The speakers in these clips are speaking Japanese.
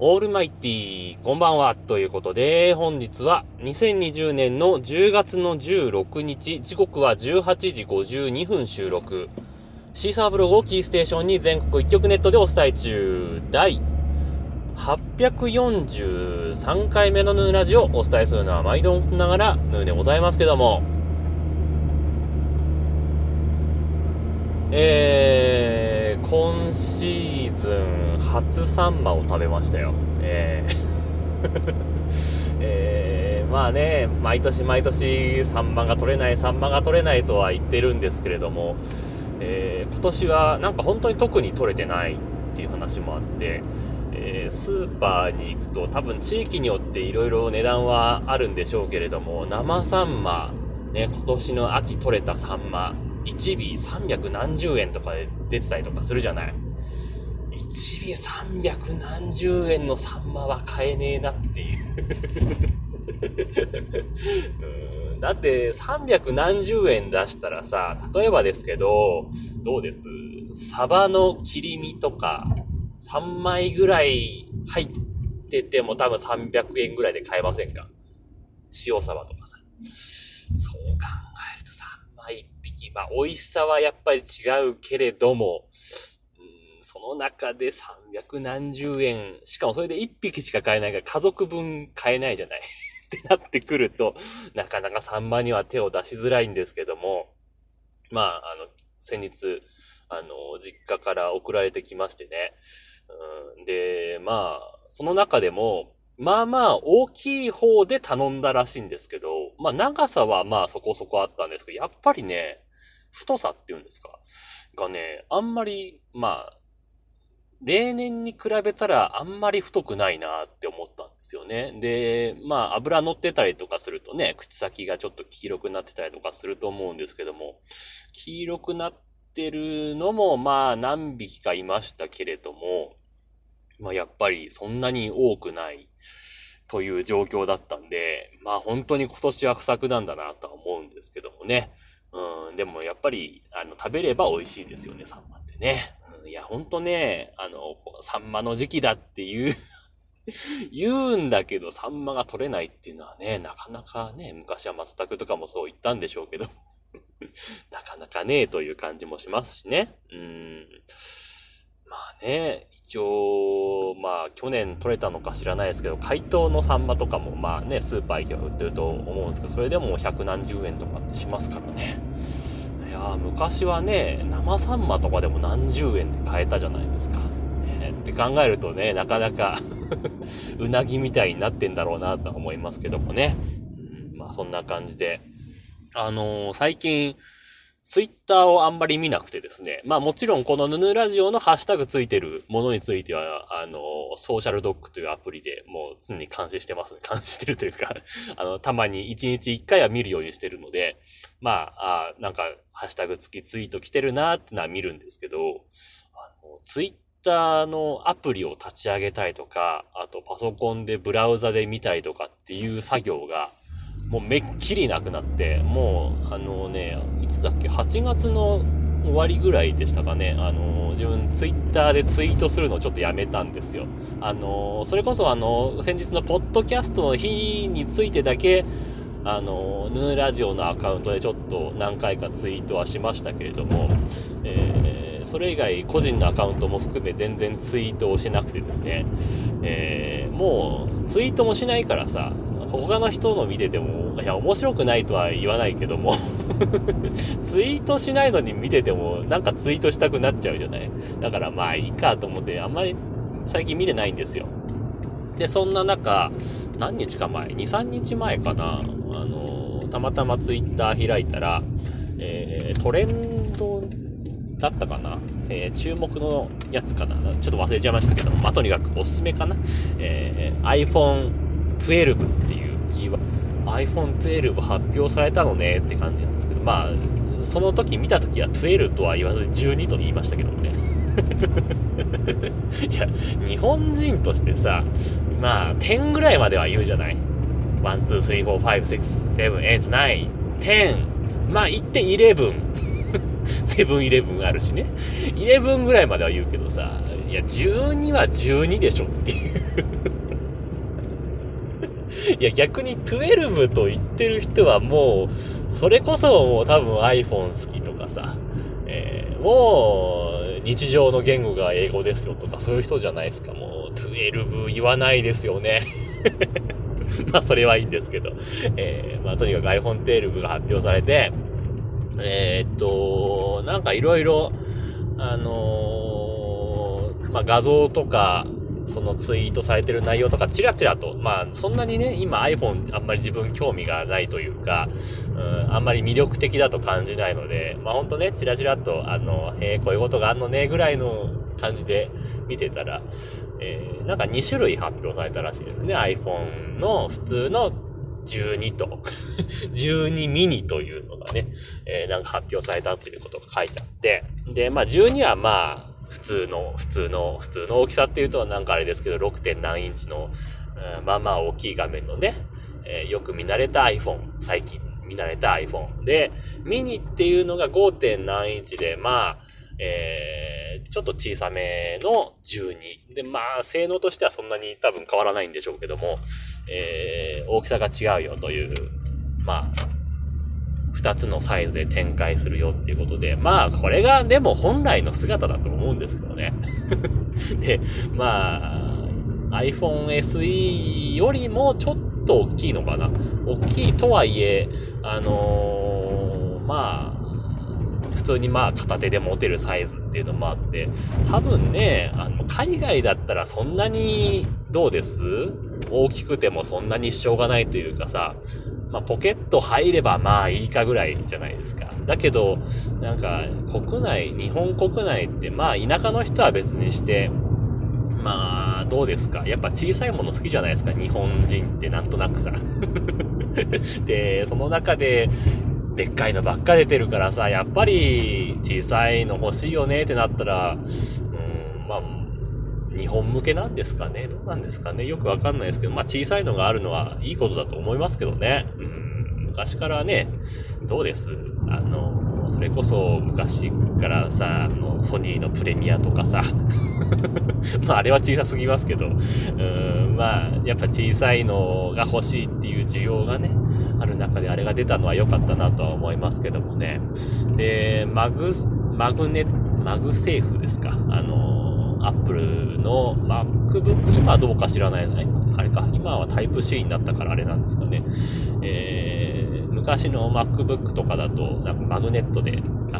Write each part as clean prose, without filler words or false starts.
オールマイティー、こんばんは。ということで、本日は2020年の10月の16日、時刻は18時52分収録。シーサーブログをキーステーションに全国一曲ネットでお伝え中。第843回目のヌーラジをお伝えするのは毎度ながらヌーでございますけども。今シーズン初サンマを食べましたよ。まあね、毎年サンマが取れないとは言ってるんですけれども、今年はなんか本当に特に取れてないっていう話もあって、スーパーに行くと多分地域によっていろいろ値段はあるんでしょうけれども、生サンマ、ね、今年の秋取れたサンマ、1尾300何十円とかで出てたりとかするじゃない。1尾300何十円のサンマは買えねえなっていうだって300何十円出したらさ、例えばですけど、どうです？サバの切り身とか3枚ぐらい入ってても多分300円ぐらいで買えませんか？塩サバとかさ。そう考えると3枚1匹、まあ美味しさはやっぱり違うけれども、その中で300何十円、しかもそれで1匹しか買えないから家族分買えないじゃないってなってくると、なかなかサンマには手を出しづらいんですけども、まあ、先日、実家から送られてきましてね。で、まあ、その中でも、まあまあ大きい方で頼んだらしいんですけど、まあ長さはまあそこそこあったんですけど、やっぱりね、太さっていうんですかがね、あんまり、まあ、例年に比べたらあんまり太くないなって思ったんですよね。で、まあ油乗ってたりとかするとね、口先がちょっと黄色くなってたりとかすると思うんですけども、黄色くなってるのもまあ何匹かいましたけれども、まあやっぱりそんなに多くないという状況だったんで、まあ本当に今年は不作なんだなとは思うんですけどもね。でもやっぱり食べれば美味しいですよね、サンマってね。いや、ほんとね、サンマの時期だっていう言うんだけど、サンマが取れないっていうのはね、なかなかね、昔は松茸とかもそう言ったんでしょうけど、なかなかね、という感じもしますしね。まあね、一応、まあ去年取れたのか知らないですけど、解凍のサンマとかもまあね、スーパー行けば売ってると思うんですけど、それでも100何十円とかってしますからね。いや昔はね、生サンマとかでも何十円で買えたじゃないですか。って考えるとね、なかなかうなぎみたいになってんだろうなと思いますけどもね。まあそんな感じで。最近、ツイッターをあんまり見なくてですね。まあもちろんこのヌヌラジオのハッシュタグついてるものについては、ソーシャルドッグというアプリでもう常に監視してますね。監視してるというかたまに1日1回は見るようにしてるので、まあ、なんかハッシュタグ付きツイート来てるなーってのは見るんですけど、ツイッターのアプリを立ち上げたりとか、あとパソコンでブラウザで見たりとかっていう作業が、もうめっきりなくなって、もう、いつだっけ、8月の終わりぐらいでしたかね、自分ツイッターでツイートするのをちょっとやめたんですよ。それこそ先日のポッドキャストの日についてだけ、ヌーラジオのアカウントでちょっと何回かツイートはしましたけれども、それ以外個人のアカウントも含め全然ツイートをしなくてですね、もうツイートもしないからさ、他の人の見てても、いや面白くないとは言わないけどもツイートしないのに見ててもなんかツイートしたくなっちゃうじゃない。だからまあいいかと思ってあんまり最近見てないんですよ。でそんな中、何日か前、2、3日前かな、たまたまツイッター開いたら、トレンドだったかな、注目のやつかな、ちょっと忘れちゃいましたけど、まあとにかくおすすめかな、iPhone 12っていうキーワード、iPhone 12発表されたのねって感じなんですけど、まあその時見た時は12とは言わず12と言いましたけどもねいや日本人としてさ、まあ10ぐらいまでは言うじゃない。1、2、3、4、5、6、7、8、9、10、まあ言って11セブンイレブンあるしね、11ぐらいまでは言うけどさ、いいや、12は12でしょっていう。いや、逆に12と言ってる人はもう、それこそもう多分 iPhone 好きとかさ、もう日常の言語が英語ですよとかそういう人じゃないですか。もう12言わないですよね。まあそれはいいんですけど、まあとにかく iPhone 12が発表されて、なんかいろいろまあ画像とかそのツイートされてる内容とかチラチラと、まあそんなにね、今 iPhone あんまり自分興味がないというか、あんまり魅力的だと感じないので、まあほんとね、チラチラとこういうことがあんのねぐらいの感じで見てたら、なんか2種類発表されたらしいですね。iPhone の普通の12と12ミニというのがね、なんか発表されたっていうことが書いてあって、で、まあ12はまあ普通の大きさっていうとなんかあれですけど 6. 点何インチの、まあまあ大きい画面のね、よく見慣れた iPhone、最近見慣れた iPhone で、ミニっていうのが 5. 点何インチで、まあちょっと小さめの12で、まあ性能としてはそんなに多分変わらないんでしょうけども、大きさが違うよという、まあ2つのサイズで展開するよっていうことで、まあこれがでも本来の姿だと思うんですけどね。で、まあ iPhone SE よりもちょっと大きいのかな。大きいとはいえ、まあ普通にまあ片手で持てるサイズっていうのもあって、多分ね、海外だったらそんなにどうです？大きくてもそんなにしょうがないというかさ、まあポケット入ればまあいいかぐらいじゃないですか。だけど、なんか日本国内ってまあ田舎の人は別にして、まあどうですか？やっぱ小さいもの好きじゃないですか、日本人ってなんとなくさ。で、その中で、でっかいのばっか出てるからさ、やっぱり小さいの欲しいよねってなったら、まあ、日本向けなんですかね？どうなんですかね？よくわかんないですけど、まあ小さいのがあるのはいいことだと思いますけどね。昔からね、どうです？それこそ昔からさ、ソニーのプレミアとかさ、まああれは小さすぎますけど、まあやっぱ小さいのが欲しいっていう需要がね、ある中であれが出たのは良かったなとは思いますけどもね。で、マグセーフですか。アップルの MacBook、今はどうか知らないね。あれか、今はタイプ C になったからあれなんですかね。昔の MacBook とかだと、なんかマグネットで、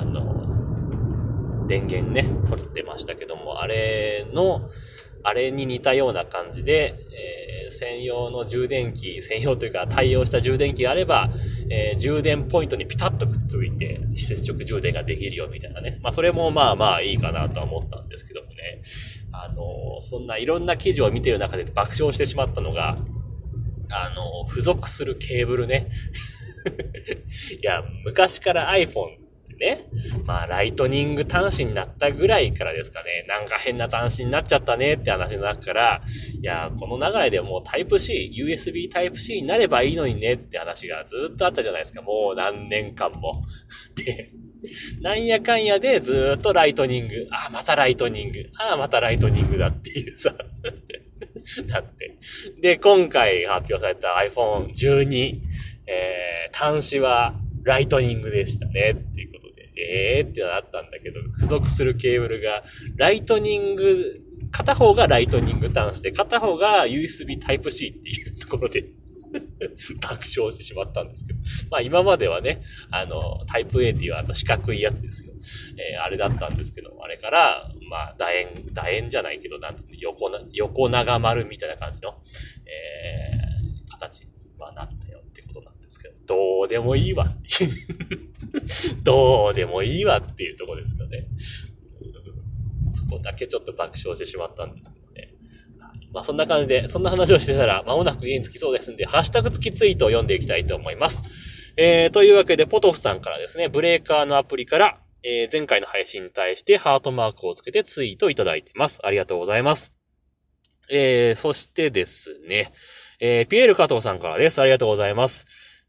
電源ね、取ってましたけども、あれに似たような感じで、専用というか対応した充電器があれば、充電ポイントにピタッとくっついて、非接触充電ができるよみたいなね。まあそれもまあまあいいかなとは思ったんですけどもね。そんないろんな記事を見てる中で爆笑してしまったのが、付属するケーブルね。いや、昔から iPhone ってね、まあライトニング端子になったぐらいからですかね、なんか変な端子になっちゃったねって話の中から、いや、この流れでもうタイプ C、USB タイプ C になればいいのにねって話がずっとあったじゃないですか、もう何年間も。で、なんやかんやでずーっとライトニング、またライトニング、またライトニングだっていうさ。だって。で、今回発表された iPhone 12、端子はライトニングでしたねっていうことで、ってなったんだけど、付属するケーブルがライトニング、片方がライトニング端子で、片方が USB Type-C っていうところで爆笑してしまったんですけど、まあ今まではね、タイプ A っていう四角いやつですよ。あれだったんですけど、あれから、まあ楕円じゃないけど、なんつうの、横長丸みたいな感じの、形になったよってことなんですけど、どうでもいいわっていうどうでもいいわっていうところですかね。そこだけちょっと爆笑してしまったんですけどね。まあそんな感じで、そんな話をしてたら間もなく家に着きそうですんで、ハッシュタグ付きツイートを読んでいきたいと思います。というわけで、ポトフさんからですね、ブレーカーのアプリから、前回の配信に対してハートマークをつけてツイートいただいてます。ありがとうございます。そしてですね、ピエール加藤さんからです。ありがとうございます。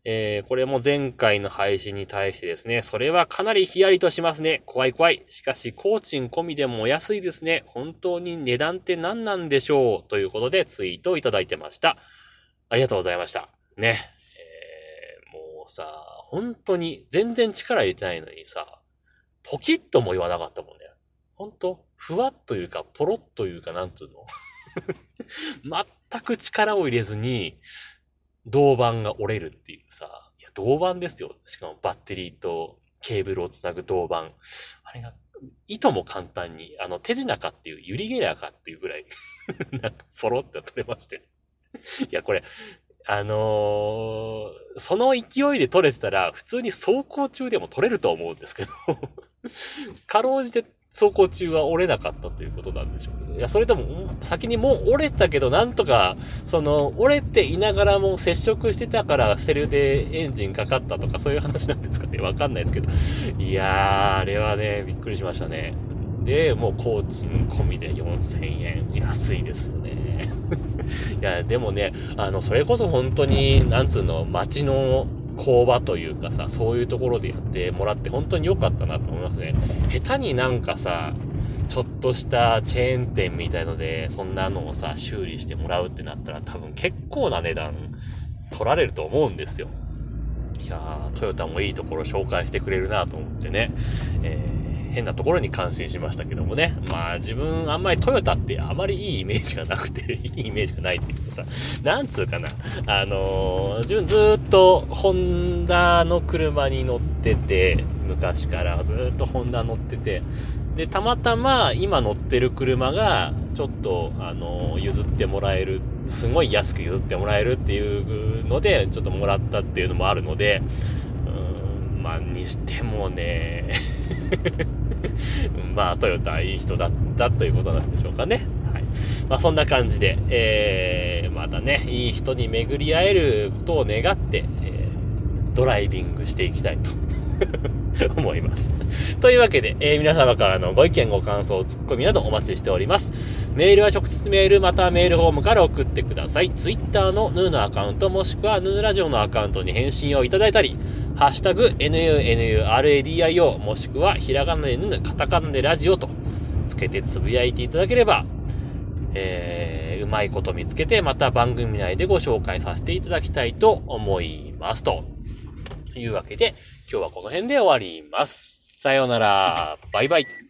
これも前回の配信に対してですね、それはかなりヒヤリとしますね。怖い怖い。しかし、工賃込みでもお安いですね。本当に値段って何なんでしょうということでツイートをいただいてました。ありがとうございました。ね。もうさ、本当に全然力入れてないのにさ、ポキッとも言わなかったもんね。本当ふわっというか、ポロッというか、なんつうの全く力を入れずに、銅板が折れるっていうさ、いや、銅板ですよ。しかもバッテリーとケーブルをつなぐ銅板。あれが、いとも簡単に、手品かっていう、ユリゲラーかっていうぐらいなんか、ポロって取れまして。いや、これ、その勢いで取れてたら、普通に走行中でも取れると思うんですけどかろうじて走行中は折れなかったということなんでしょうけど。いや、それとも、先にもう折れたけど、なんとか、折れていながらも接触してたから、セルでエンジンかかったとか、そういう話なんですかね。わかんないですけど。いやー、あれはね、びっくりしましたね。で、もう工賃込みで4000円。安いですよね。いや、でもね、それこそ本当に、なんつうの、街の工場というかさ、そういうところでやってもらって本当に良かったなと思いますね。下手になんかさ、ちょっとしたチェーン店みたいので、そんなのをさ、修理してもらうってなったら多分結構な値段取られると思うんですよ。いやー、トヨタもいいところ紹介してくれるなと思ってね。変なところに感心しましたけどもね。まあ自分あんまりトヨタってあまりいいイメージがなくて、いいイメージがないっていうかさ、なんつうかな。自分ずーっとホンダの車に乗ってて、昔からずーっとホンダ乗ってて、で、たまたま今乗ってる車が、ちょっと、譲ってもらえる、すごい安く譲ってもらえるっていうので、ちょっともらったっていうのもあるので、まあ、にしてもね、まあ、トヨタいい人だったということなんでしょうかね。はい。まあ、そんな感じで、またね、いい人に巡り会えることを願って、ドライビングしていきたいと思います。というわけで、皆様からのご意見、ご感想、ツッコミなどお待ちしております。メールは直接メール、またはメールフォームから送ってください。ツイッターのヌーのアカウント、もしくはヌーラジオのアカウントに返信をいただいたり、ハッシュタグ、NUNURADIO、もしくはひらがなでヌー、カタカナでラジオとつけてつぶやいていただければ、うまいこと見つけて、また番組内でご紹介させていただきたいと思います。というわけで、今日はこの辺で終わります。さようなら。バイバイ。